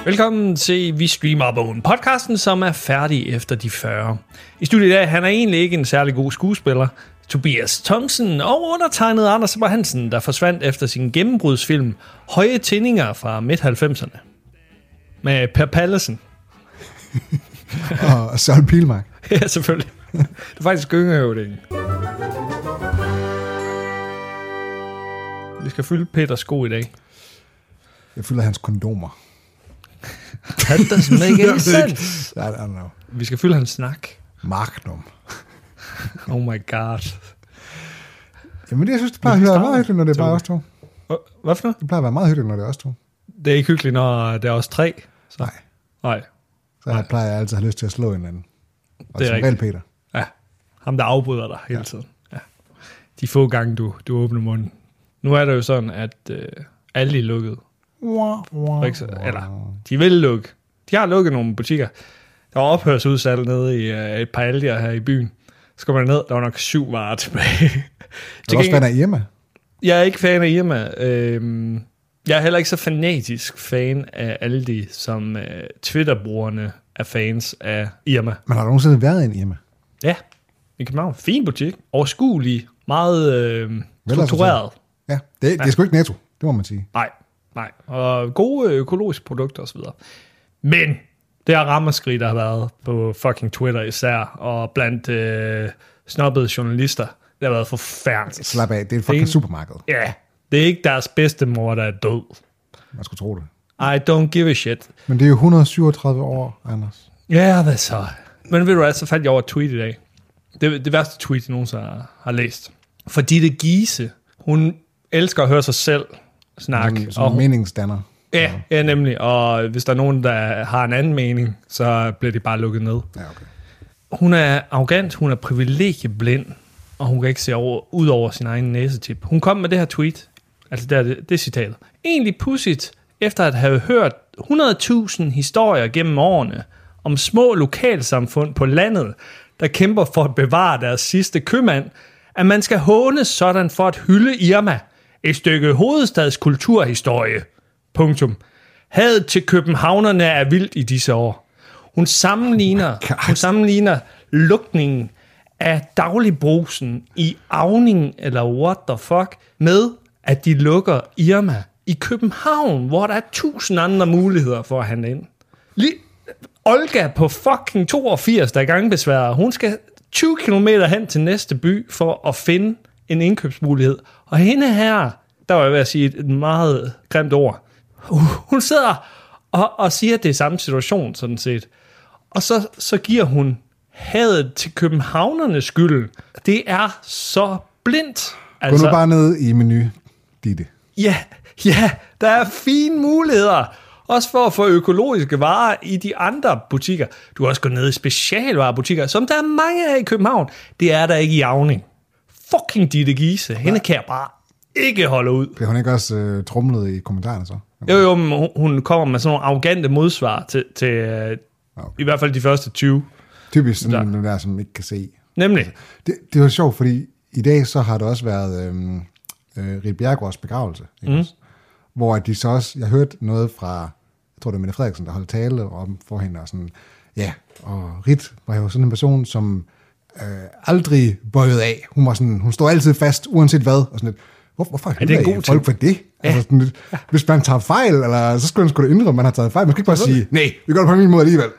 Velkommen til Vi Streamer Bogen, podcasten, som er færdig efter de 40. I studiet i dag, han er egentlig ikke en særlig god skuespiller. Tobias Thomsen og undertegnet Anders Sebber Hansen, der forsvandt efter sin gennembrudsfilm Høje Tændinger fra midt-90'erne. Med Per Pallesen. Og Søren Pilmark. Ja, selvfølgelig. Det er faktisk gyngehøvdingen. Vi skal fylde Peters sko i dag. Jeg fylder hans kondomer. That doesn't make any sense. I don't know. Vi skal fylde hans snak. Magnum. Oh my god. Jamen jeg synes, det plejer at være meget hyggeligt, når det er bare os to. Hvad for noget? Det plejer at være meget hyggeligt, når det er os to. Det er ikke hyggeligt, når det er os tre. Så. Nej. Så plejer jeg altid at have lyst til at slå hinanden. Og det er rigtigt. Peter. Ja, ham der afbryder dig hele tiden. Ja. De få gange, du åbner munden. Nu er det jo sådan, at alle er lukket. Eller, de vil lukke. De har lukket nogle butikker. Der var ophørsudsalg nede i et par Aldier her i byen. Så går man ned, der var nok 7 varer tilbage. Du er også fan af Irma? Jeg er ikke fan af Irma. Jeg er heller ikke så fanatisk fan af Aldi, som Twitter-brugerne er fans af Irma. Men har du nogensinde været i en Irma? Ja, i København. Fin butik. Overskuelig. Meget struktureret. Ja, det er sgu ikke Netto, det må man sige. Nej. Og gode økologiske produkter osv. Men det her ramaskrig, der har været på fucking Twitter især, og blandt snobbede journalister, det har været forfærdeligt. Slap af, det er et fucking supermarked. Ja, det er ikke deres bedste mor, der er død. Man skulle tro det. I don't give a shit. Men det er jo 137 år, Anders. Ja, hvad så? Men ved du hvad, så fandt jeg over et tweet i dag. Det værste tweet, jeg nogensinde har læst. For Ditte Giese, hun elsker at høre sig selv snakke. Som meningsdanner. Ja, nemlig. Og hvis der er nogen, der har en anden mening, så bliver de bare lukket ned. Ja, okay. Hun er arrogant, hun er privilegieblind, og hun kan ikke se ud over sin egen næsetip. Hun kom med det her tweet, altså det citatet. Egentlig pudsigt, efter at have hørt 100.000 historier gennem årene om små lokalsamfund på landet, der kæmper for at bevare deres sidste købmand, at man skal hånes sådan for at hylde Irma. Et stykke hovedstadskulturhistorie. Punktum. Hadet til københavnerne er vildt i disse år. Hun sammenligner lukningen af dagligbrusen i Auning, eller what the fuck, med at de lukker Irma i København, hvor der er 1000 andre muligheder for at handle ind. Olga på fucking 82, der er gangbesværet, hun skal 20 kilometer hen til næste by for at finde en indkøbsmulighed. Og hende her, der var jeg ved at sige et meget grimt ord, hun sidder og siger, at det er samme situation, sådan set. Og så giver hun hadet til københavnernes skyld. Det er så blindt. Altså, gå nu bare ned i menu, Ditte. Ja, der er fine muligheder. Også for at få økologiske varer i de andre butikker. Du kan også gå ned i specialvarebutikker, som der er mange af i København. Det er der ikke i Auning. Fucking Ditte Giese. Hende kan jeg bare ikke holde ud. Bliver hun ikke også trumlet i kommentarerne så? Jo, men hun kommer med sådan nogle arrogante modsvar til okay. I hvert fald de første 20. Typisk sådan den der, som ikke kan se. Nemlig. Altså, det var sjovt, fordi i dag så har det også været Ritt Bjerregaards begravelse. Hvor de så også, jeg hørte noget fra, jeg tror det er Mette Frederiksen, der holdt tale om for hende, og sådan, ja, og Ritt var jo sådan en person, som aldrig bøjede af. Hun var sådan, hun stod altid fast, uanset hvad, og sådan lidt, hvorfor hylder folk for det? Ja. Altså sådan, hvis man tager fejl, eller så skulle man sgu da indrømme, at man har taget fejl. Man skal ikke bare sige, nej, vi gør det på min måde alligevel.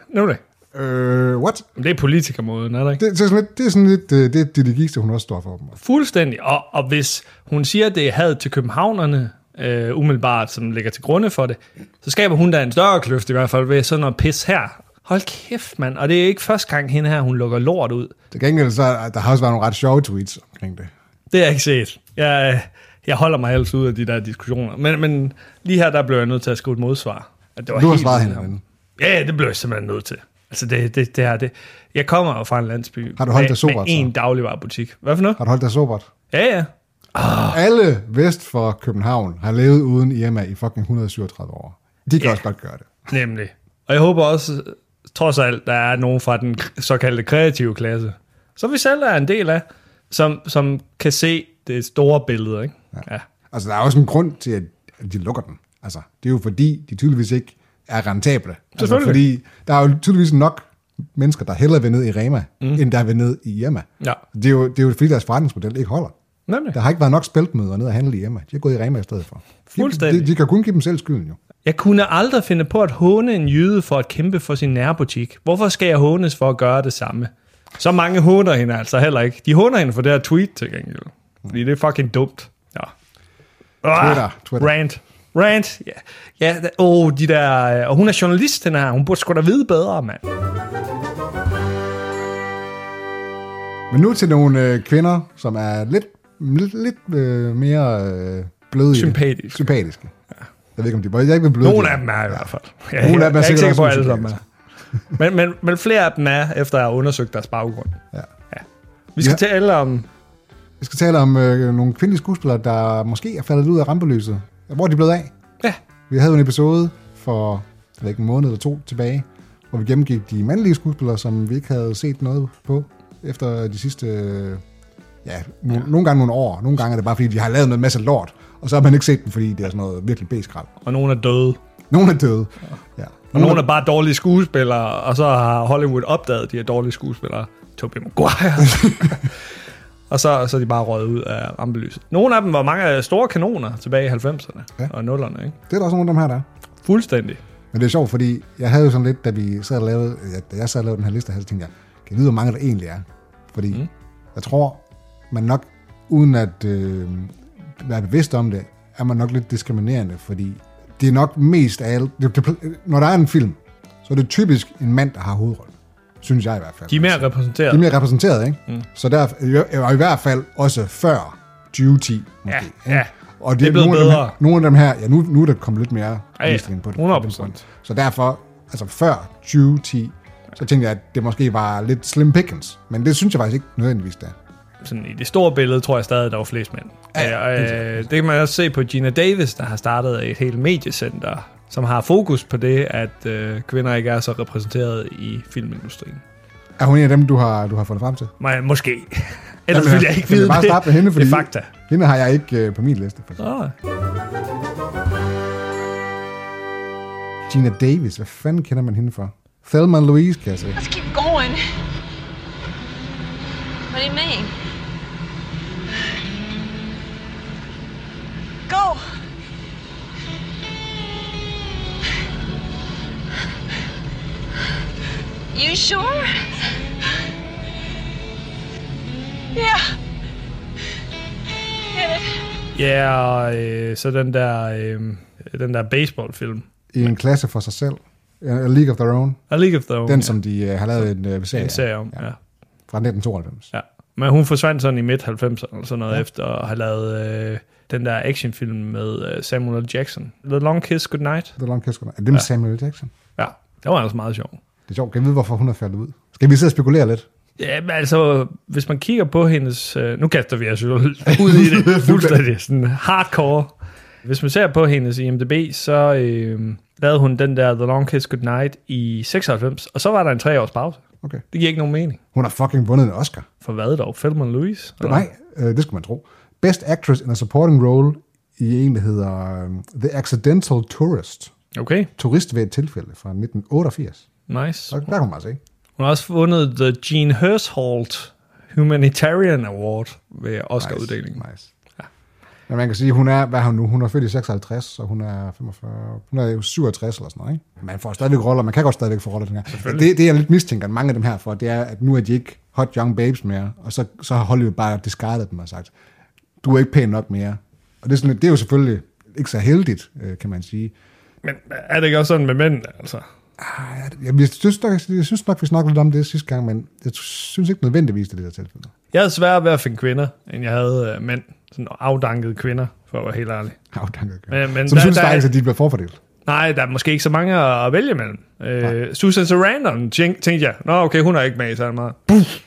What? Det er politikermåden, er det ikke? Det er sådan lidt det Ditte Giese, hun også står for. Fuldstændig. Og hvis hun siger, at det er had til københavnerne, umiddelbart, som ligger til grunde for det, så skaber hun da en større kløft i hvert fald ved sådan noget pis her. Hold kæft, mand. Og det er ikke første gang hende her, hun lukker lort ud. Det gengæld så, der har også været nogle ret sjove tweets omkring det. Det har jeg ikke set. Jeg holder mig ellers ud af de der diskussioner. Men lige her, der blev jeg nødt til at skrive et modsvar. At det var du har svaret hende. Ja, det blev jeg simpelthen nødt til. Altså det her. Jeg kommer fra en landsby. Har du holdt dig sobert? Med en dagligvarebutik. Hvad for noget? Har du holdt dig sobert? Ja. Alle vest for København har levet uden Irma i fucking 137 år. De kan også godt gøre det. Nemlig. Og jeg håber også, trods alt, der er nogen fra den såkaldte kreative klasse, som vi selv er en del af, som kan se det store billede, ikke? Ja. Altså, der er også en grund til, at de lukker den. Altså, det er jo fordi, de tydeligvis ikke er rentable. Altså, fordi der er jo tydeligvis nok mennesker, der hellere vil ned i Rema, end der vil ned i Irma. Ja. Det er jo fordi, deres forretningsmodel ikke holder. Nemlig. Der har ikke været nok spæltmøder ned at handle i Irma. De har gået i Rema i stedet for. De kan kun give dem selv skylden jo. Jeg kunne aldrig finde på at håne en jyde for at kæmpe for sin nærbutik. Hvorfor skal jeg hånes for at gøre det samme? Så mange håner hende altså heller ikke. De håner hende for det her tweet til gengæld. Fordi det er fucking dumt. Ja. Twitter. Rant. Ja. De der... Og hun er journalist, den her. Hun burde sgu da vide bedre, mand. Men nu til nogle kvinder, som er lidt mere bløde. Sympatiske. Ja. Jeg ved ikke, om de er ikke bløde. Nogle af dem er i hvert fald. Jeg er ikke sikker på, at alle sammen er. Men flere af dem er, efter at have undersøgt deres baggrund. Ja. Vi skal tale om nogle kvindelige skuespillere, der måske er faldet ud af rampelyset. Hvor er de blevet af? Ja. Vi havde en episode for en måned eller 2 tilbage, hvor vi gennemgik de mandlige skuespillere, som vi ikke havde set noget på efter de sidste... nogle gange nogle år. Nogle gange er det bare, fordi de har lavet noget masse lort, og så har man ikke set dem, fordi det er sådan noget virkelig b-skrald. Og nogle er døde. Nogle er døde, ja. Og nogle er bare dårlige skuespillere, og så har Hollywood opdaget, de her dårlige skuespillere. Tobey Maguire. Og så er de bare røget ud af rampelyset. Nogle af dem var mange store kanoner tilbage i 90'erne og 0'erne. Ikke? Det er der også nogle af dem her, der. Fuldstændig. Men det er sjovt, fordi jeg havde jo sådan lidt, da jeg sad og lavede den her liste her, så tænkte jeg, kan jeg vide, hvor mange der egentlig er? Fordi jeg tror, man nok, uden at være bevidst om det, er man nok lidt diskriminerende, fordi det er nok mest af alt... Når der er en film, så er det typisk en mand, der har hovedrollen. Synes jeg i hvert fald. De er mere repræsenteret. De er mere repræsenteret, ikke? Så der er i hvert fald også før 2010, måske. Ja. Og det er blevet bedre. Nogle af dem her, nu er der kommet lidt mere ligestilling på det. 100%. Så derfor, altså før 2010, så tænkte jeg, at det måske var lidt slim pickings. Men det synes jeg faktisk ikke nødvendigvis, der. Sådan i det store billede, tror jeg stadig, der var flest mænd. Det kan man også se på Gina Davis, der har startet et helt mediecenter, som har fokus på det, at kvinder ikke er så repræsenteret i filmindustrien. Er hun en af dem, du har fundet frem til? Måske. Ellers vil jeg ikke vide det. Bare starte med hende, fordi det er fakta. Hende har jeg ikke på min liste. Gina Davis, hvad fanden kender man hende for? Thelma Louise, kan jeg sige. Let's keep going. What do you mean? Go. You sure? Yeah. Get it. Ja, og så den der baseballfilm. I en klasse for sig selv. A League of Their Own. A League of Their Own, den, som de har lavet en serie om, ja. Fra 1992. Ja. Men hun forsvandt sådan i midt-90'erne, eller sådan noget, efter at have lavet den der actionfilm med Samuel L. Jackson. The Long Kiss Goodnight. The Long Kiss Goodnight. Er det med Samuel L. Jackson? Ja, det var altså meget sjovt. Det er sjovt. Kan vi vide, hvorfor hun er faldet ud? Skal vi sidde og spekulere lidt? Ja, men altså, hvis man kigger på hendes... nu kaster vi os ud i det fuldstændig sådan hardcore. Hvis man ser på hendes IMDb, så lavede hun den der The Long Kiss Goodnight i 96, og så var der en 3-års pause. Okay. Det giver ikke nogen mening. Hun har fucking vundet en Oscar. For hvad dog? Thelma Louise? Nej, det skulle man tro. Best Actress in a Supporting Role i en, der hedder The Accidental Tourist. Okay. Turist ved et tilfælde fra 1988. Nice. Der kan man se. Hun har også vundet The Jean Hersholt Humanitarian Award ved Oscar-uddelingen. Nice. Ja. Men man kan sige, hun er, hvad er hun nu? Hun er født i 56, og hun er 45. Hun er jo 67 eller sådan noget, ikke? Man får stadigvæk roller. Man kan godt stadigvæk få roller den her. Det jeg lidt mistænker, mange af dem her for, det er, at nu er de ikke hot young babes mere, og så har Hollywood bare discarded dem og sagt, du er ikke pæn nok mere. Og det er jo selvfølgelig ikke så heldigt, kan man sige. Men er det ikke også sådan med mænd, altså? Jeg synes nok, vi snakkede lidt om det sidste gang, men jeg synes ikke nødvendigvis, det er det der tilfælde. Jeg havde sværere ved at finde kvinder, end jeg havde mænd. Sådan afdankede kvinder, for at være helt ærlig. Afdankede kvinder. Men så du synes faktisk, at de bliver forfordelt? Nej, der er måske ikke så mange at vælge mellem. Susan Sarandon, tænkte jeg, okay, hun er ikke med i så meget.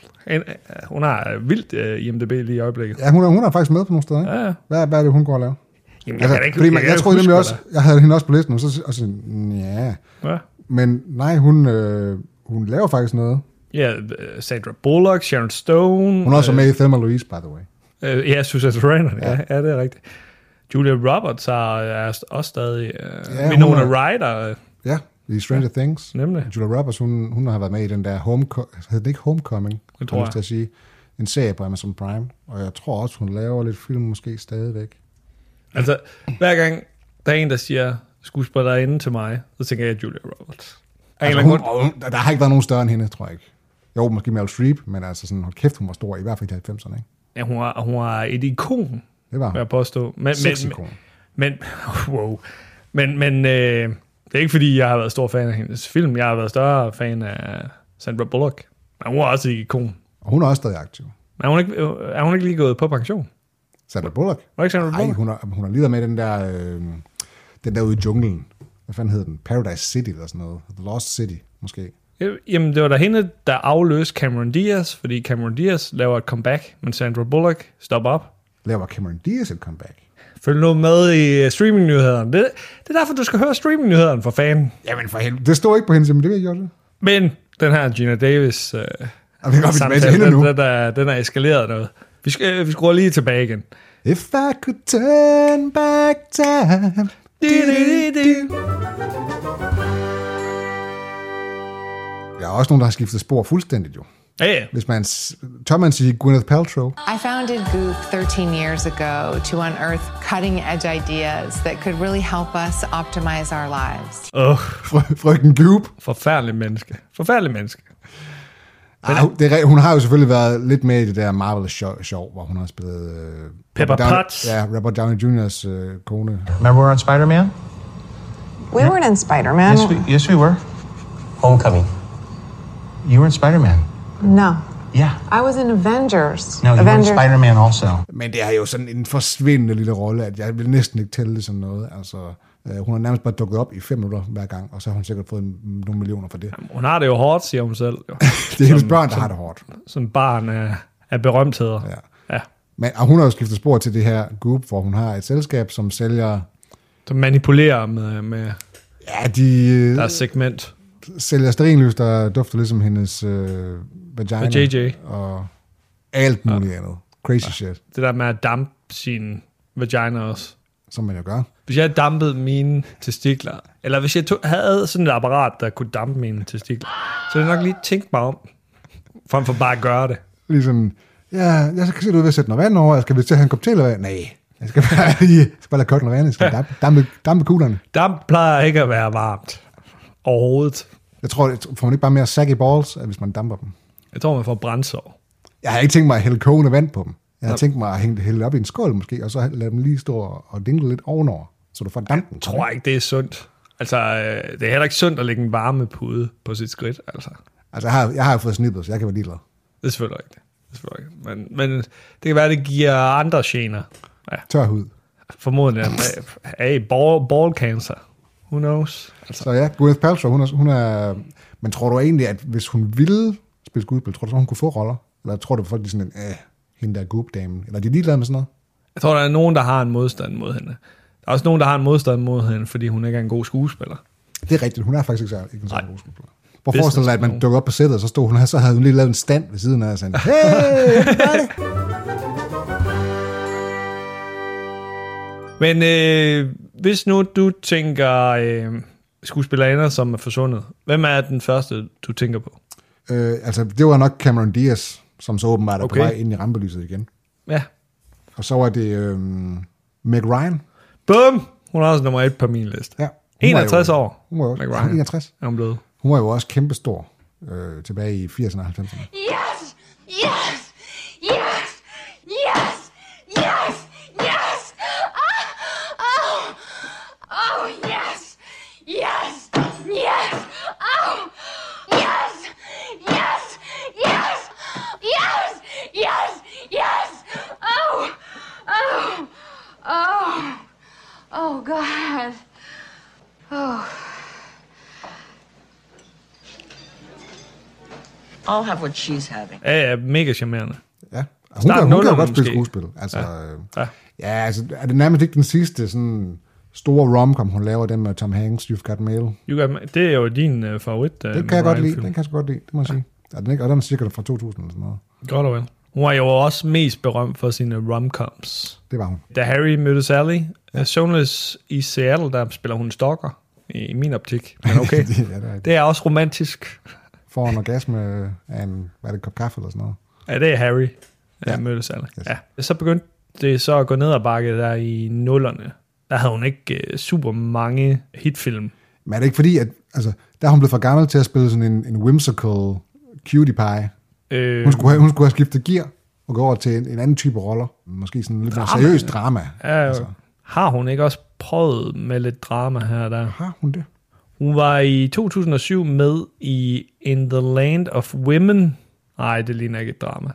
Hun har vildt IMDb lige i øjeblikket. Ja, hun er faktisk med på nogle steder, ikke? Ja. Hvad er det, hun går og laver? Jamen, jeg troede nemlig også, jeg havde hende også på listen, og så ja. Men nej, hun laver faktisk noget. Ja, Sandra Bullock, Sharon Stone. Hun er også med i Thelma Louise, by the way. Ja, Susan Sarandon, ja, det er rigtigt. Julia Roberts er også stadig. Winona Ryder. Ja, i Stranger Things. Nemlig. Julia Roberts, hun har været med i den der hedder det ikke Homecoming? Det tror jeg. Til at sige. En serie på Amazon Prime. Og jeg tror også, hun laver lidt film måske stadigvæk. Altså, hver gang der er en, der siger skuespillerinde til mig, så tænker jeg Julia Roberts. Altså, der har ikke været nogen større end hende, tror jeg ikke. Jo, måske Meryl Streep, men altså sådan, hold kæft, hun var stor, i hvert fald i 90'erne, ikke? Ja, hun var et ikon, det var vil jeg påstå. Sexikon. Men det er ikke fordi, jeg har været stor fan af hendes film. Jeg har været større fan af Sandra Bullock. Men hun er også et ikon. Og hun er også stadig aktiv. Men er hun ikke lige gået på pension? Sandra Bullock? Var ikke Sandra Bullock? Nej, hun har lige med den der ude i junglen. Hvad fanden hedder den? Paradise City eller sådan noget. The Lost City, måske. Jamen, det var da hende, der afløste Cameron Diaz, fordi Cameron Diaz laver et comeback, men Sandra Bullock stopper op. Laver Cameron Diaz et comeback? Følg nu med i streamingnyhederne. Det er derfor, du skal høre streamingnyhederne for fanden. Jamen for helvede. Det står ikke på hendes, men det ved jeg godt. Men den her Gina Davis samtale, den er eskaleret noget. Vi skruer lige tilbage igen. If I could turn back time. Der er også nogen, der har skiftet spor fuldstændigt jo. Ja. Hvis man tør man sige Gwyneth Paltrow. I founded Goop 13 years ago to unearth cutting-edge ideas that could really help us optimize our lives. Frøken Goop. Forfærdelig menneske. Hun har jo selvfølgelig været lidt med i det der Marvelous show, hvor hun har spillet Pepper Potts. Ja, Robert Downey Jr.'s kone. Remember we were on Spider-Man? We weren't in Spider-Man. Yes, we were. Homecoming. You were in Spider-Man. No. Yeah. I was in Avengers. No, you were in Spider-Man also. Men det er jo sådan en forsvindende lille rolle, at jeg vil næsten ikke tælle det som noget. Altså, hun har nærmest bare dukket op i 5 minutter hver gang, og så har hun sikkert fået nogle millioner for det. Jamen, hun har det jo hårdt, siger hun selv. Jo. Det er hendes børn, der har det hårdt. Som barn af berømtheder. Ja. Men og hun har jo skiftet spor til det her Goop, hvor hun har et selskab, som sælger... Som manipulerer med deres segment. Sælger stearinlys, der dufter ligesom hendes vagina. Og JJ. Og alt muligt andet. Crazy shit. Det der med at dampe sin vagina også. Som man jo gør. Hvis jeg dampede mine testikler, eller hvis jeg havde sådan et apparat, der kunne dampe mine testikler, så ville jeg nok lige tænke mig om, frem for bare at gøre det. Ligesom, ja, jeg kan se, du er ved at sætte noget vand over, jeg skal til at have en kop te eller hvad? Nej, jeg skal bare lade kogt noget vand, jeg skal dampe kuglerne. Damp plejer ikke at være varmt. Overhovedet. Jeg tror, får man ikke bare mere saggy balls, hvis man damper dem? Jeg tror, man får brændsår. Jeg har ikke tænkt mig at hælde kogende vand på dem. Jeg har tænkt mig at hælde det op i en skål måske, og så lade dem lige stå og dingle lidt ovenover, så du får dampen. Jeg tror ikke, det er sundt. Altså, det er heller ikke sundt at lægge en varmepude på sit skridt. Altså jeg har jo fået snippet, så jeg kan være ligeglad. Det er selvfølgelig ikke. Men det kan være, det giver andre gener. Ja. Tør hud. Formodentlig. Ball cancer. Who knows? Altså. Så ja, Gwyneth Paltrow, hun er... Men tror du egentlig, at hvis hun ville spille skuespil, tror du så, hun kunne få roller? Eller tror du, folk er sådan en, hende der Goop-damen? Eller er de ligeglade med sådan noget? Jeg tror, der er nogen, der har en modstand mod hende. Der er også nogen, der har en modstand mod hende, fordi hun ikke er en god skuespiller. Det er rigtigt. Hun er faktisk ikke en god skuespiller. Hvor forestiller dig, at man dukker op på sættet, og så stod hun her, så havde hun lige lavet en stand ved siden af, og sagde, hey, Men hvis nu du tænker skuespillerinder, som er forsvundet, hvem er den første, du tænker på? Altså, det var nok Cameron Diaz, som så åbenbart er på vej ind i rampelyset igen. Ja. Og så var det Meg Ryan. Bum! Hun er også nummer 1 på min liste. Ja. 61 år. Hun var jo, Meg Ryan. 61. Er hun blevet? Hun var jo også kæmpestor tilbage i 80'erne og 90'erne. Yes! Yes! Yes! Yes! Yes! Yes! Oh! Oh, yes! Yes! Yes! Oh! Yes! Yes! Yes! Yes! Yes! Yes! Oh! Oh! Oh! Oh, God. Oh. I'll have what she's having. Ja, mega charmerende. Ja, hun kan jo godt spille skuespil. Altså, ja, altså, er det nærmest ikke den sidste sådan store rom-com, hun laver, den med Tom Hanks, You've Got Mail? Det er jo din favorit. Den kan jeg godt lide, den kan jeg godt lide, det må jeg sige. Er den ikke? Og den er sikkert fra 2000 eller sådan noget. Godt og vel. Hun var jo også mest berømt for sine rom-coms. Det var hun. Da Harry mødte Sally, Shameless i Seattle, der spiller hun stalker. i min optik. Men okay, det er også romantisk. Får en orgasme af en kop kaffe eller sådan noget. Ja, det er Harry. Ja. Mødtes alle. Yes. Ja. Så begyndte det så at gå ned ad bakke der i 0'erne. Der havde hun ikke super mange hitfilm. Men er det ikke fordi, at der er hun blevet for gammel til at spille sådan en whimsical cutie pie? Hun skulle have skiftet gear og gå over til en anden type roller. Måske sådan lidt mere seriøs drama. Ja, har hun ikke også prøvet med lidt drama her der? Har hun det? Hun var i 2007 med i In the Land of Women. Nej, det ligner ikke et drama.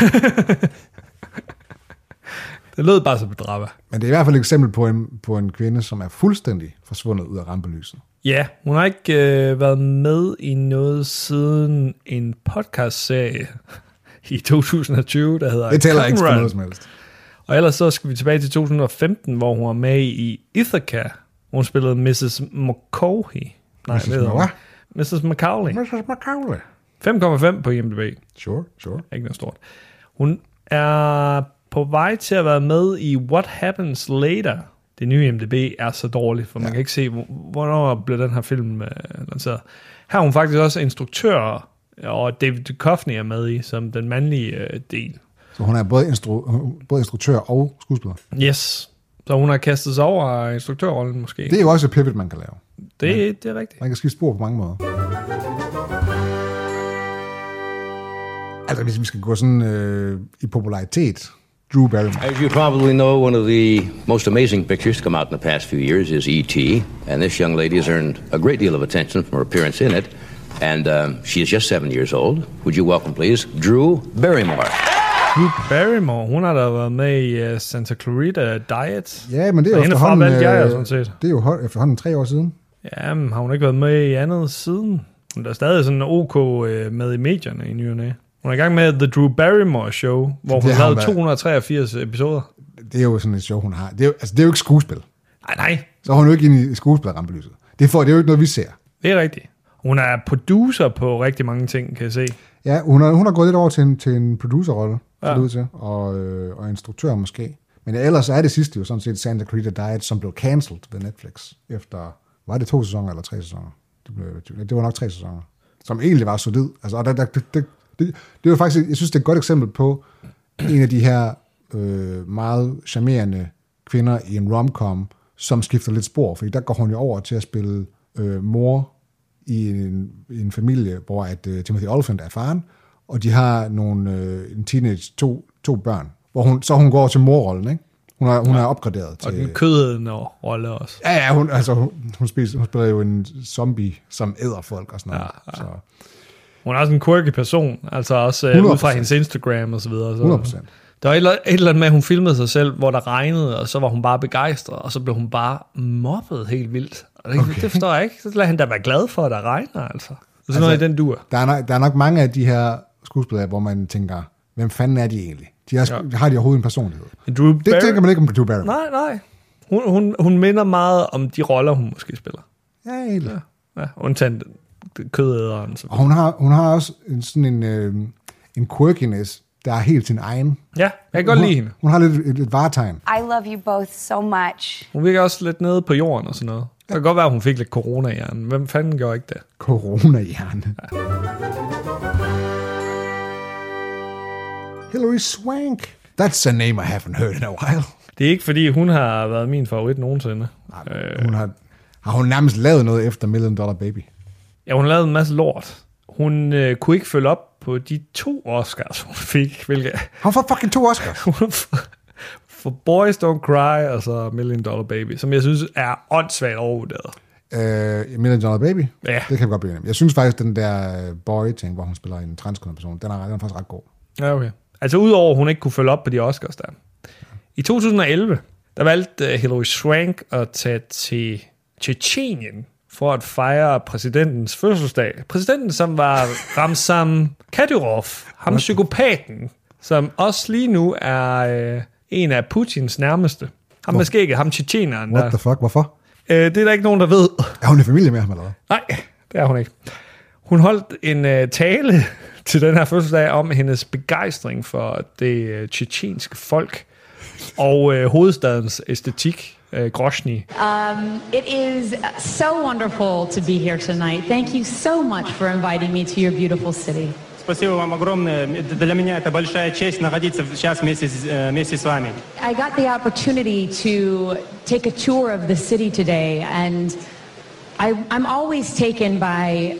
Det lød bare som et drama. Men det er i hvert fald et eksempel på en kvinde, som er fuldstændig forsvundet ud af rampelyset. Ja, hun har ikke været med i noget siden en podcastserie i 2020, der hedder det tæller ikke for noget som helst. Og ellers så skal vi tilbage til 2015, hvor hun var med i Ithaca. Hun spillede Mrs. McCaughey. Nej, Mrs. Macaulay. Mrs. Macaulay. 5,5 på IMDb. Sure. Ikke noget stort. Hun er på vej til at være med i What Happens Later. Det nye IMDb er så dårligt, for man kan ikke se, hvornår blev den her film lanceret. Her er hun faktisk også instruktør, og David Duchovny er med i, som den mandlige del. Så hun er både instruktør og skuespiller? Yes. Så hun har kastet sig over instruktørrollen måske. Det er jo også et pivot, man kan lave. Det er rigtigt. Man kan skifte spor på mange måder. Altså, hvis vi skal gå sådan i popularitet, Drew Barrymore. As you probably know, one of the most amazing pictures to come out in the past few years is E.T., and this young lady has earned a great deal of attention from her appearance in it, and she is just 7 years old. Would you welcome, please, Drew Barrymore? Drew Barrymore, hun har da været med i Santa Clarita Diet. Ja, men det er jo efterhånden 3 år siden. Ja, men har hun ikke været med i andet siden? Hun er stadig sådan OK med i medierne i ny og næ. Hun er i gang med The Drew Barrymore Show, hvor hun har lavet 283 episoder. Det er jo sådan et show, hun har. Det er jo ikke skuespil. Nej. Så er hun jo ikke inde i skuespillerrampelyset. Det er jo ikke noget, vi ser. Det er rigtigt. Hun er producer på rigtig mange ting, kan jeg se. Ja, hun har gået lidt over til en producerrolle, og instruktør måske. Men ellers er det sidste jo sådan set Santa Clarita Diet, som blev cancelled ved Netflix efter, var det 2 sæsoner eller 3 sæsoner? Det var nok 3 sæsoner, som egentlig var solid. Altså, og det var faktisk, jeg synes, det er et godt eksempel på en af de her meget charmerende kvinder i en rom-com, som skifter lidt spor, fordi der går hun jo over til at spille mor i en familie, hvor Timothy Olyphant er faren, og de har en teenage, to børn, hvor hun går over til morrollen, ikke? Hun er opgraderet til... Og den kødende rolle også. Ja, hun spiller jo en zombie, som æder folk og sådan noget. Ja. Så. Hun er også en quirky person, altså også ud fra hendes Instagram og så videre. Så. 100%. Der var et eller andet med, at hun filmede sig selv, hvor der regnede, og så var hun bare begejstret, og så blev hun bare mobbet helt vildt. Og det forstår jeg ikke. Så lader han da være glad for, at der regner, altså. Så noget i den dur. Der er nok mange af de her skuespillere, hvor man tænker, hvem fanden er de egentlig? Har de overhovedet en personlighed? Det tænker man ikke om Drew Barrymore. Nej. Hun minder meget om de roller, hun måske spiller. Ja, egentlig. Ja, undtagen kødæderen. Og hun har også sådan en quirkiness, der er helt sin egen. Ja, jeg kan godt lide hende. Hun har lidt et varetegn. I love you both so much. Hun virker også lidt nede på jorden og sådan noget. Det kan godt være, at hun fik lidt corona i hjernen. Hvem fanden gjorde ikke det? Corona i hjernen. Ja. Hilary Swank. That's a name I haven't heard in a while. Det er ikke, fordi hun har været min favorit nogensinde. Har hun nærmest lavet noget efter $1 Million Baby? Ja, hun har lavet en masse lort. Hun kunne ikke følge op på de 2 Oscars, hun fik. Hun får fucking 2 Oscars. For Boys Don't Cry, og så $1 Million Baby, som jeg synes er åndssvagt overvurderet. $1 Million Baby? Ja. Det kan jeg godt blive enig. Jeg synes faktisk, den der Boy-ting, hvor hun spiller en transkønnet person, den er faktisk ret god. Ja, okay. Altså udover, at hun ikke kunne følge op på de Oscars der. I 2011, der valgte Hilary Swank at tage til Tjetjenien for at fejre præsidentens fødselsdag. Præsidenten, som var Ramzan Kadyrov, ham psykopaten, som også lige nu er en af Putins nærmeste. Ham med skægget, ham tjetjeneren. What the fuck, hvorfor? Det er der ikke nogen, der ved. Er hun i familie med ham, eller hvad? Nej, det er hun ikke. Hun holdt en tale til den her fødselsdag om hendes begejstring for det tjetjenske folk, og hovedstadens æstetik, Grozny. It is so wonderful to be here tonight. Thank you so much for inviting me to your beautiful city. Спасибо вам огромное. Для меня это большая честь находиться сейчас вместе с вами. I got the opportunity to take a tour of the city today, and I'm always taken by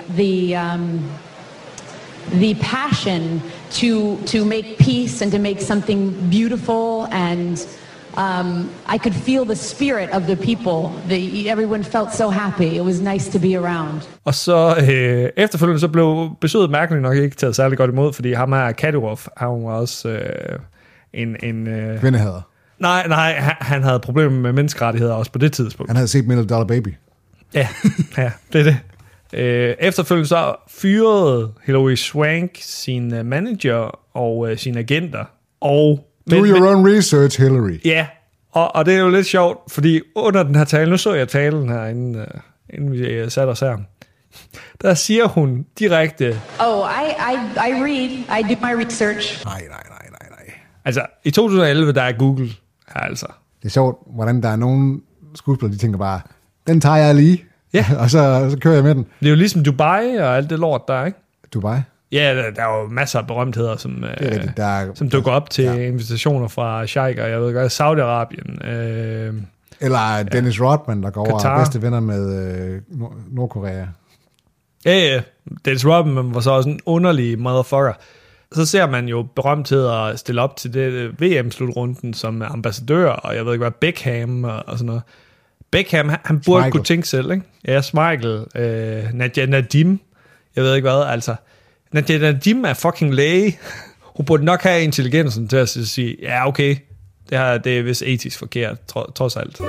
the passion to make peace and to make something beautiful, and I could feel the spirit of the people. Everyone felt so happy. It was nice to be around. Og så efterfølgende så blev besøget mærkeligt nok ikke taget særlig godt imod, fordi ham er Kadyrov, han var også en Kvindehader. Nej, han havde problemer med menneskerettigheder også på det tidspunkt. Han havde set $1 Million Baby. Ja, det er det. Efterfølgende så fyrede Hilary Swank sin manager og sine agenter. Og Do your own research, Hillary. Ja, og det er jo lidt sjovt, fordi under den her tale, nu så jeg talen her, inden vi satte os her, der siger hun direkte... I read. I do my research. Nej. Altså, i 2011, der er Google her altså. Det er sjovt, hvordan der er nogle skuespillere, de tænker bare, den tager jeg lige, ja. og så kører jeg med den. Det er jo ligesom Dubai og alt det lort der, ikke? Dubai? Ja, der er jo masser af berømtheder, som dukker op til invitationer fra sheikher, jeg ved godt, Saudi-Arabien. Eller Dennis Rodman, der går over og er bedste venner med Nordkorea. Ja, Dennis Rodman var så også en underlig motherfucker. Så ser man jo berømtheder stille op til det VM-slutrunden som ambassadør, og jeg ved ikke hvad, Beckham og sådan noget. Beckham, han burde kunne tænke selv, ikke? Ja, Schmeichel, Nadia Nadim, jeg ved ikke hvad, altså. Nadia Nadim er fucking læge. Hun burde nok have intelligensen til at sige, ja okay, det er vist etisk forkert, trods alt.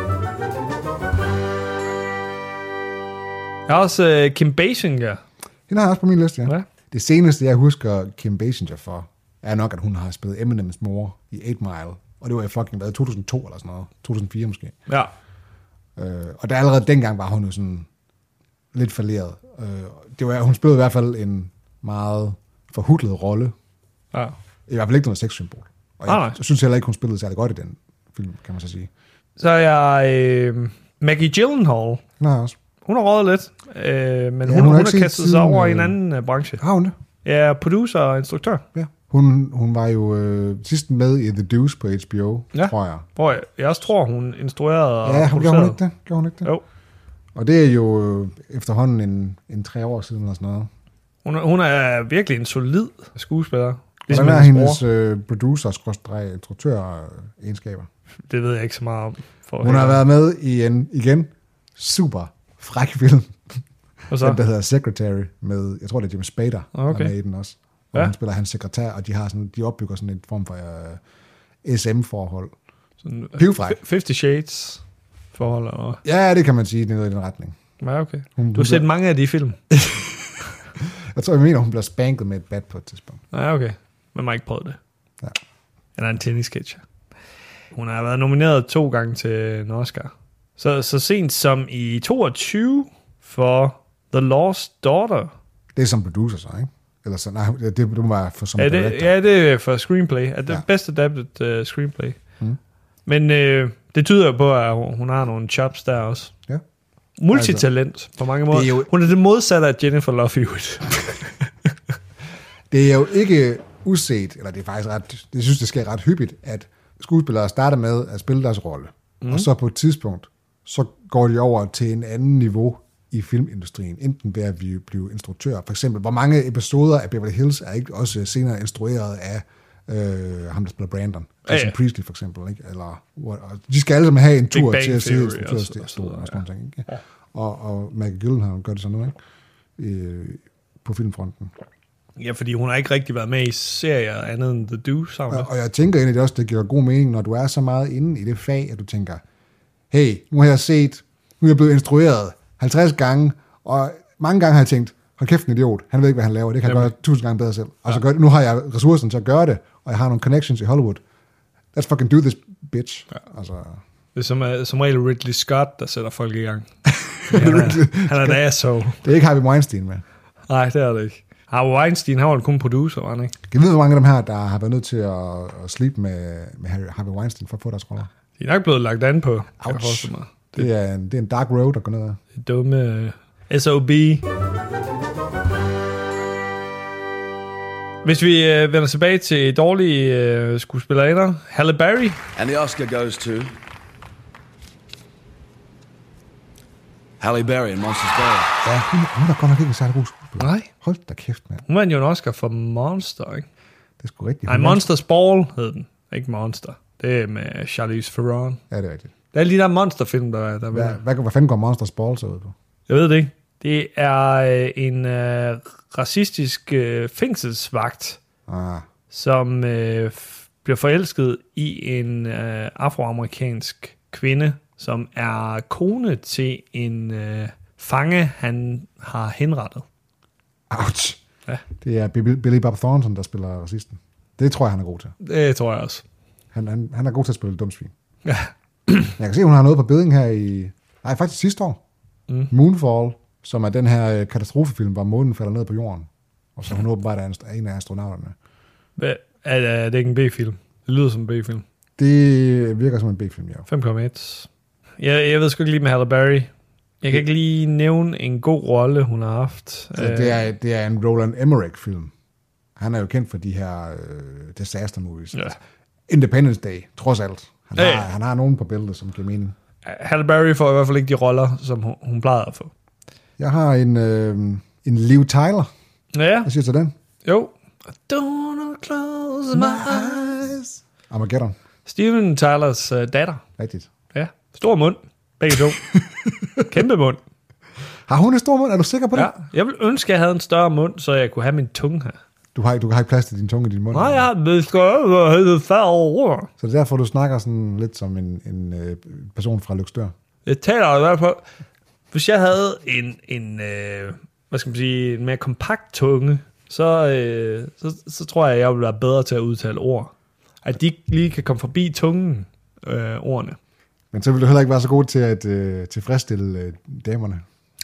Jeg har også Kim Basinger. Hende har jeg også på min liste, ja. Det seneste, jeg husker Kim Basinger for, er nok, at hun har spillet Eminems mor i 8 Mile. Og det var i fucking 2002 eller sådan noget. 2004 måske. Ja. Og der allerede dengang var hun jo sådan lidt falderet. Hun spillede i hvert fald en meget forhudlet rolle. Ja. I hvert fald ikke noget sexsymbol. Og jeg synes heller ikke, hun spillede særlig godt i den film, kan man så sige. Så er jeg Maggie Gyllenhaal. Nej, også. Hun har røget lidt, men hun har kastet sig over i en anden branche. Har hun det? Ja, producer og instruktør. Ja. Hun var jo sidst med i The Deuce på HBO, tror jeg. Hvor jeg også tror, hun instruerede og producerede. Ja, gjorde hun ikke det? Jo. Og det er jo efterhånden en 3 år siden eller sådan noget. Hun er virkelig en solid skuespiller. Ligesom hvordan er hendes producer-instruktør-egenskaber? Det ved jeg ikke så meget om. Hun har været med i en, igen, super fræk film. Den, der hedder Secretary, med, jeg tror det er James Spader, der er med i den også. Og han spiller hans sekretær, og de opbygger sådan en form for SM-forhold. Pivfræk. 50 Shades forhold. Og... Ja, det kan man sige, det er noget i den retning. Ja, okay. Du har set mange af de film. jeg mener, hun bliver spanket med et bat på et tidspunkt. Ja, okay. Men man har ikke prøvet det. Ja. Eller en tennisketcher. Hun har været nomineret 2 gange til en Oscar. Så sent som i 22 for The Lost Daughter. Det er som producer så, ikke? Eller så, nej, det må være for som director. Ja, det er for screenplay. Det er bedst adapted screenplay. Men det tyder jo på, at hun har nogle chops der også. Ja. Multitalent på mange måder. Jo... Hun er det modsatte af Jennifer Love Hewitt. Det er jo ikke uset, eller det er faktisk ret, jeg synes, det sker ret hyppigt, at skuespillere starter med at spille deres rolle. Og så på et tidspunkt, så går de over til en anden niveau i filmindustrien, enten ved at blive instruktør. For eksempel, hvor mange episoder af Beverly Hills er ikke også senere instrueret af ham, der spiller Brandon. Jason Priestley for eksempel. Ikke? Eller, de skal alle sammen have en tur til at se instruktørstolen og sådan noget. Ikke? Ja. Og Maggie Gyllenhaal gør det sådan noget, ikke? På filmfronten. Ja, fordi hun har ikke rigtig været med i serier andet end The Deuce. Og jeg tænker egentlig også, det giver god mening, når du er så meget inde i det fag, at du tænker, hey, nu har jeg blevet instrueret 50 gange, og mange gange har jeg tænkt, hold kæft en idiot, han ved ikke, hvad han laver, det kan jeg gøre 1000 gange bedre selv. Og så nu har jeg ressourcen til at gøre det, og jeg har nogle connections i Hollywood. Let's fucking do this, bitch. Ja. Altså. Det er som regel Ridley Scott, der sætter folk i gang. Han er en asshole. Det er ikke Harvey Weinstein med. Nej, det er det ikke. Harvey Weinstein har jo kun producer, var han ikke? Jeg ved, hvor mange af dem her, der har været nødt til at sleep med Harvey Weinstein for at få deres roller. De er nok blevet lagt an på. Det er en dark road at gå ned ad. Det dumme SOB. Hvis vi vender tilbage til dårlige skuespillerinder. Halle Berry. And the Oscar goes to Halle Berry in Monsters Ball. Ja, hun er godt nok ikke en særlig god skuespiller. Nej. Hold da kæft, mand. Hun vandt jo en Oscar for Monster, ikke? Det er sgu rigtigt. Nej, Monsters Ball hed den. Ikke Monster. Det er med Charlize Theron. Ja, det er rigtigt. Det er lige der monsterfilm, der hvad fanden går Monsters Ball så ud på? Jeg ved det ikke. Det er en racistisk fængselsvagt, som bliver forelsket i en afroamerikansk kvinde, som er kone til en fange, han har henrettet. Ouch. Ja. Det er Billy Bob Thornton, der spiller racisten. Det tror jeg, han er god til. Det tror jeg også. Han er god til at spille dumsvin. Ja. Jeg kan se, hun har noget på bedding her faktisk sidste år. Moonfall, som er den her katastrofefilm, hvor månen falder ned på jorden. Og så hun åbenbart er en af astronauterne. Er det ikke en B-film? Det lyder som en B-film. Det virker som en B-film, ja. 5,1. Jeg ved sgu ikke lige med Halle Berry. Jeg kan ikke lige nævne en god rolle, hun har haft. Altså, det er en Roland Emmerich-film. Han er jo kendt for de her disaster movies. Ja. Independence Day, trods alt. Han har nogen på billedet, som giver mening. Halle Berry får i hvert fald ikke de roller, som hun plejede at få. Jeg har en Liv Tyler. Ja. Hvad siger du til den? Jo. Don't close my eyes. Armageddon. Steven Tylers datter. Rigtigt. Ja. Stor mund. Begge to. Kæmpe mund. Har hun en stor mund? Er du sikker på det? Ja. Jeg vil ønske, at jeg havde en større mund, så jeg kunne have min tunge her. Du har ikke plads til din tunge i din mund? Nej, jeg har det større. Så det er derfor, du snakker sådan lidt som en person fra Løgstør? Jeg taler i hvert fald. Hvis jeg havde hvad skal man sige, en mere kompakt tunge, så tror jeg ville være bedre til at udtale ord. At de lige kan komme forbi tungen, ordene. Men så vil du heller ikke være så god til at tilfredsstille damerne?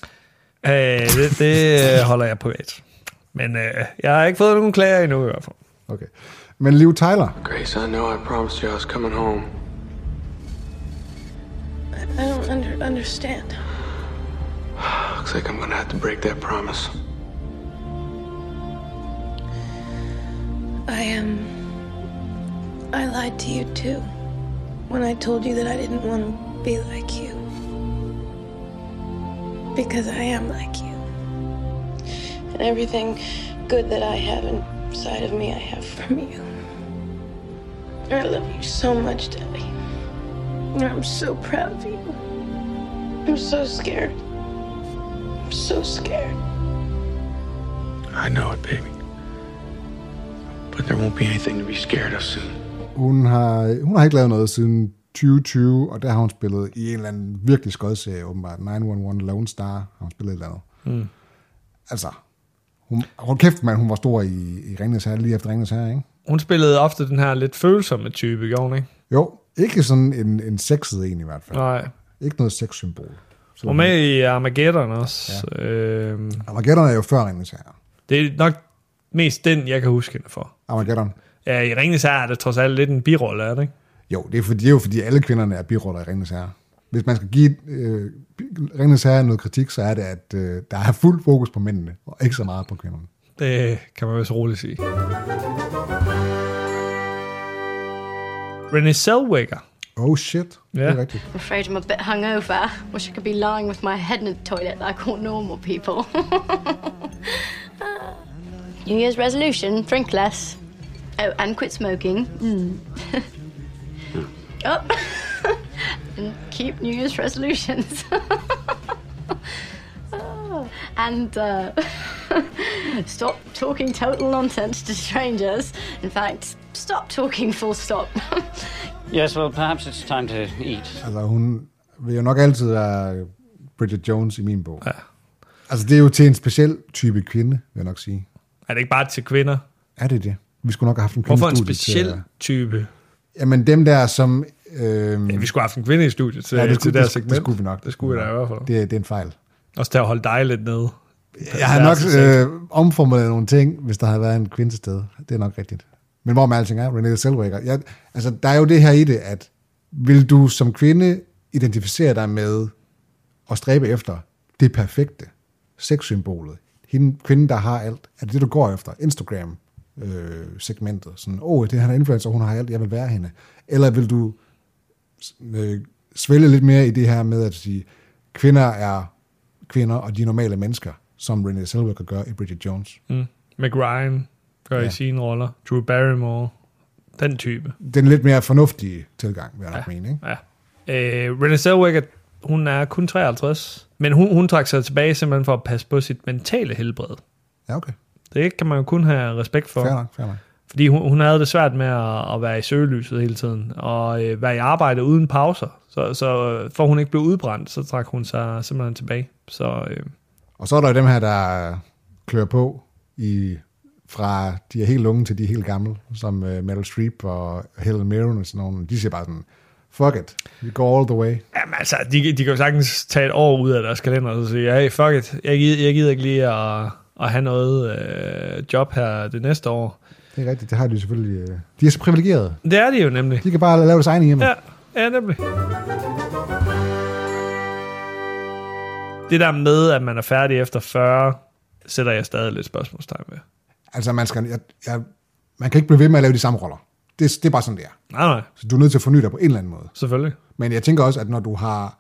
Det holder jeg privat. Men jeg har ikke fået nogen klager endnu i hvert fald. Okay. Men Liv Tyler? Grace, I know I promised you I was coming home. I don't understand. Looks like I'm gonna have to break that promise. I lied to you too. When I told you that I didn't want to be like you. Because I am like you. And everything good that I have inside of me, I have from you. I love you so much, Daddy. And I'm so proud of you. I'm so scared. I'm so scared. I know it, baby. But there won't be anything to be scared of soon. Hun har ikke lavet noget siden 2020, og der har hun spillet i en eller anden virkelig skodserie, åbenbart. 911 Lone Star har hun spillet et eller andet. Altså, hold kæft, man, hun var stor i Ringenes Herre, lige efter Ringenes Herre, ikke? Hun spillede ofte den her lidt følsomme type, gjorde hun ikke? Jo, ikke sådan en sexet en i hvert fald. Nej. Ikke noget sexsymbol. Hun med i Armageddon også. Ja. Armageddon er jo før Ringenes Herre. Det er nok mest den, jeg kan huske hende for. Armageddon? Ja, i Ringenes Herre er det trods alt lidt en birolle, er det ikke? Jo, det er jo fordi alle kvinderne er biroller i Ringenes Herre. Hvis man skal give Ringenes Herre noget kritik, så er det, at der er fuld fokus på mændene, og ikke så meget på kvinderne. Det kan man vist roligt sige. Renée Zellweger. Oh shit. Yeah. Det er rigtigt. I'm afraid I'm a bit hungover. Wish I could be lying with my head in the toilet like all normal people. New Year's resolution, drink less. Oh, and quit smoking. Up. And keep New Year's resolutions. And stop talking total nonsense to strangers. In fact, stop talking full stop. Yes, well, perhaps it's time to eat. Altså, hun vil jo nok altid være Bridget Jones i min bog. Ja. Altså, det er jo til en speciel type kvinde, vil jeg nok sige. Er det ikke bare til kvinder? Er det det? Vi skulle nok have haft en kvinde. Hvorfor en speciel type? Jamen, dem der, som... Ja, vi skulle have haft en kvinde i studiet til, ja, til deres segment. Det skulle vi nok. Det skulle vi da i hvert fald. Det er en fejl. Også til at holde dig lidt nede. Jeg har nok omformuleret nogle ting, hvis der havde været en kvinde til stede. Det er nok rigtigt. Men hvor med alting er, Renée Zellweger. Altså, der er jo det her i det, at vil du som kvinde identificere dig med at stræbe efter det perfekte sexsymbolet? Hende kvinde, der har alt. Er det du går efter? Instagram-segmentet. Sådan, det her er influencer, hun har alt, jeg vil være hende. Eller vil du svælge lidt mere i det her med at sige, kvinder er kvinder, og de normale mennesker, som Renée Zellweger gør i Bridget Jones. Meg Ryan gør i sine roller. Drew Barrymore. Den type. Den lidt mere fornuftige tilgang, vil jeg nok mene, ikke? Ja. Renée Zellweger, hun er kun 53, men hun trak sig tilbage simpelthen for at passe på sit mentale helbred. Ja, okay. Det kan man jo kun have respekt for. Fair nok. Fordi hun havde det svært med at være i søgelyset hele tiden, og være i arbejde uden pauser. Så for hun ikke blev udbrændt, så trak hun sig simpelthen tilbage. Og så er der jo dem her, der klør på fra de er helt unge til de er helt gamle, som Meryl Streep og Helen Mirren og sådan nogle. De siger bare sådan, fuck it, we go all the way. Jamen altså, de kan jo sagtens tage et år ud af deres kalender og sige, hey, fuck it, jeg gider ikke lige at have noget job her det næste år. Det er rigtigt, det har de selvfølgelig. De er så privilegerede. Det er de jo nemlig. De kan bare lave deres egne hjemme. Ja, nemlig. Det der med, at man er færdig efter 40, sætter jeg stadig lidt spørgsmålstegn ved. Altså, man kan ikke blive ved med at lave de samme roller. Det er bare sådan, det er. Nej. Så du er nødt til at forny dig på en eller anden måde. Selvfølgelig. Men jeg tænker også, at når du har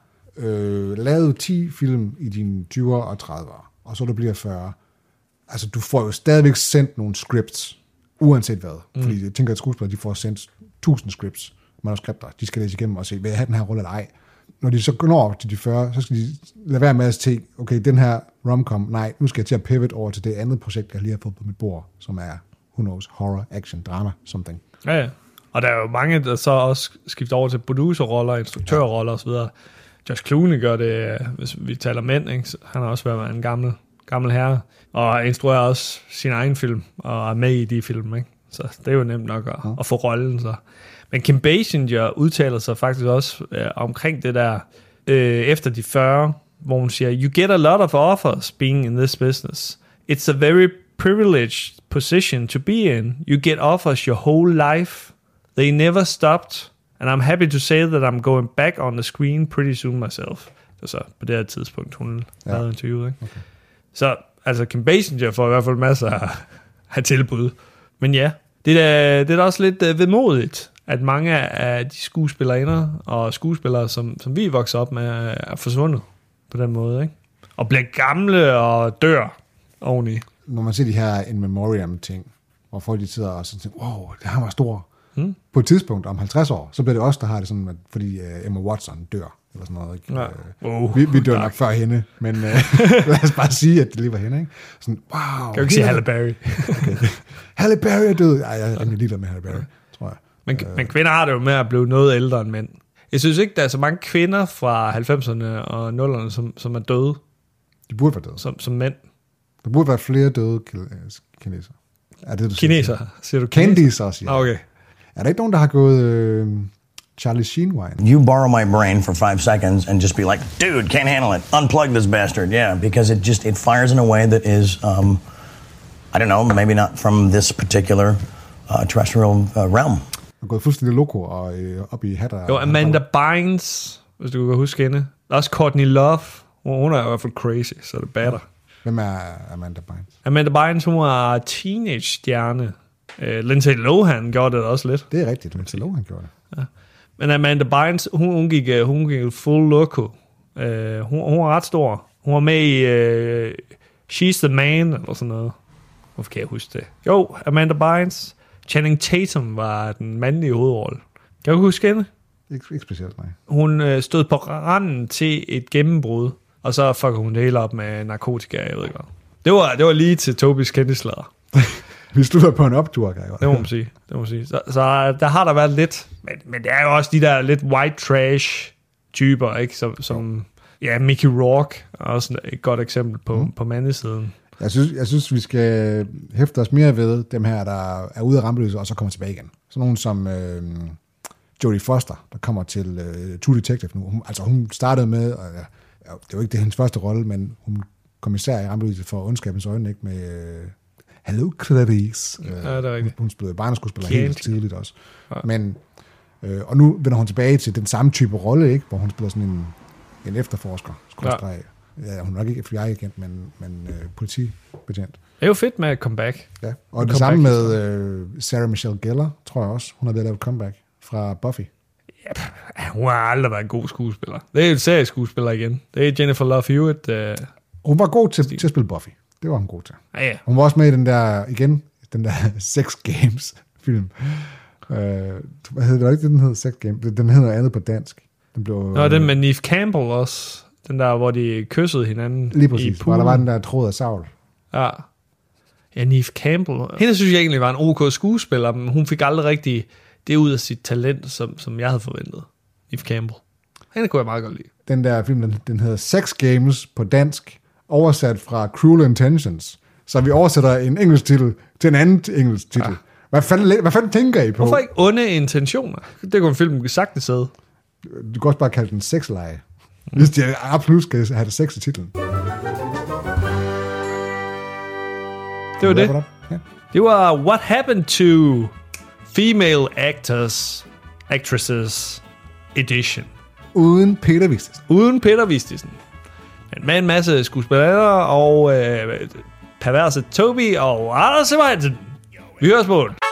lavet 10 film i dine 20'er og 30'er, og så du bliver 40, altså du får jo stadigvæk sendt nogle scripts, uanset hvad. Fordi jeg tænker, at skuespillere, de får sendt 1000 scripts, manuskripter, de skal læse igennem og se, vil jeg have den her rolle eller ej. Når de så når til de 40, så skal de lade være med at tænke, okay, den her romcom, nej, nu skal jeg til at pivot over til det andet projekt, jeg lige har fået på mit bord, som er, who knows, horror, action, drama, something. Ja. Og der er jo mange, der så også skifter over til producerroller, instruktørroller osv. Josh Clooney gør det, hvis vi taler mænd, ikke? Han har også været en gammel herre, og instruerer også sin egen film, og er med i de film, ikke? Så det er jo nemt nok at få rollen, så. Men Kim Basinger udtaler sig faktisk også omkring det der, efter de 40, hvor hun siger, you get a lot of offers being in this business. It's a very privileged position to be in. You get offers your whole life. They never stopped. And I'm happy to say that I'm going back on the screen pretty soon myself. Det er så på det her tidspunkt, hun lavede interviewet. Ikke? Okay. Så altså Kim Basinger får i hvert fald masser af tilbud. Men ja, det er da også lidt vemodigt, at mange af de skuespillerinder og skuespillere, som vi vokser op med, er forsvundet på den måde, ikke? Og bliver gamle og dør oveni. Når man ser de her in memoriam ting, hvor folk de sidder og sådan tænker, wow, det her var stor. På et tidspunkt om 50 år, så bliver det også der har det sådan, at fordi Emma Watson dør, eller sådan noget. Ikke? Vi dør nok før hende, men lad os bare sige, at det lige var hende. Ikke? Sådan, wow. Kan du ikke sige Halle Berry? Okay. Halle Berry er død. Ej, jeg er rimelig ligeglad med Halle Berry, tror jeg. Men kvinder har det jo med at blive noget ældre end mænd. Jeg synes ikke, der er så mange kvinder fra 90'erne og 0'erne, som er døde. De burde være døde. Som mænd. Der burde være flere døde kineser. Er det, du kineser? Siger du kineser? Siger okay. Er der ikke nogen, der har gået Charlie Sheen-wine? You borrow my brain for 5 seconds and just be like, dude, can't handle it. Unplug this bastard. Yeah, because it fires in a way that is, I don't know, maybe not from this particular terrestrial realm. har gået fuldstændig loco og op i hatter. Jo, Amanda Bynes, hvis du kan huske hende. Der er også Courtney Love. Hun er i hvert fald crazy, så det batter. Hvem er Amanda Bynes? Amanda Bynes, hun var teenage-stjerne. Lindsay Lohan gjorde det også lidt. Det er rigtigt, Lindsay Lohan gjorde det. Ja. Men Amanda Bynes, hun gik full loco. Hun var ret stor. Hun var med i She's the Man, eller sådan noget. Hvorfor kan jeg huske det? Jo, Amanda Bynes. Channing Tatum var den mandlige hovedrolle. Kan du huske hende? Ikke specielt, nej. Hun stod på randen til et gennembrud, og så fucker hun det hele op med narkotika, jeg ved ikke hvad. Det var lige til Tobis kendtislader. Vi slutter på en optur, kan jeg godt. Det må man sige. Så der har der været lidt, men det er jo også de der lidt white trash typer, ikke? Som ja, Mickey Rourke er også et godt eksempel på mandesiden. Jeg synes, vi skal hæfte os mere ved dem her, der er ude af rampelyset, og så kommer tilbage igen. Sådan nogen som Jodie Foster, der kommer til True Detective nu. Hun startede med, og det var ikke det hendes første rolle, men hun kommissær i rampelyset for ondskabens øjne, ikke? Med Hello Clarice. Ja, det er rigtigt. Hun spillede barneskuespiller helt tidligt også. Ja. Men, og nu vender hun tilbage til den samme type rolle, ikke? Hvor hun spiller sådan en efterforsker. Ja, hun er nok ikke FBI-agent, men politibetjent. Det er jo fedt med et comeback. Ja. Og det samme med Sarah Michelle Gellar, tror jeg også. Hun har været lavet et comeback fra Buffy. Yep. Hun har aldrig været en god skuespiller. Det er jo en serieskuespiller igen. Det er Jennifer Love Hewitt. Hun var god til at spille Buffy. Det var hun god til. Ja. Hun var også med i den der Sex Games film. Hvad hedder det? Var ikke det, den hed? Sex Games? Den hedder andet på dansk. Den blev... den med Neve Campbell også. Den der, hvor de kyssede hinanden. Lige præcis, hvor der var den der tråd af savl. Ja. Ja, Neve Campbell. Hende synes jeg egentlig var en OK skuespiller, men hun fik aldrig rigtig det ud af sit talent, som jeg havde forventet. Neve Campbell. Hende kunne jeg meget godt lide. Den der film, den hedder Sex Games på dansk, oversat fra Cruel Intentions. Så vi oversætter en engelsk titel til en anden engelsk titel. Ja. Hvad fanden tænker I på? Hvorfor ikke onde intentioner? Det kunne en film sagtens sidde. Du kan også bare kalde den sexleje. Hvis de absolut skal have det sex i titlen. Det var det. Ja. Det var What Happened to Female Actresses Edition. Uden Peter Vistisen. Men med en masse skuespillere og perverse Toby og Anders Sebastian. Vi høres på.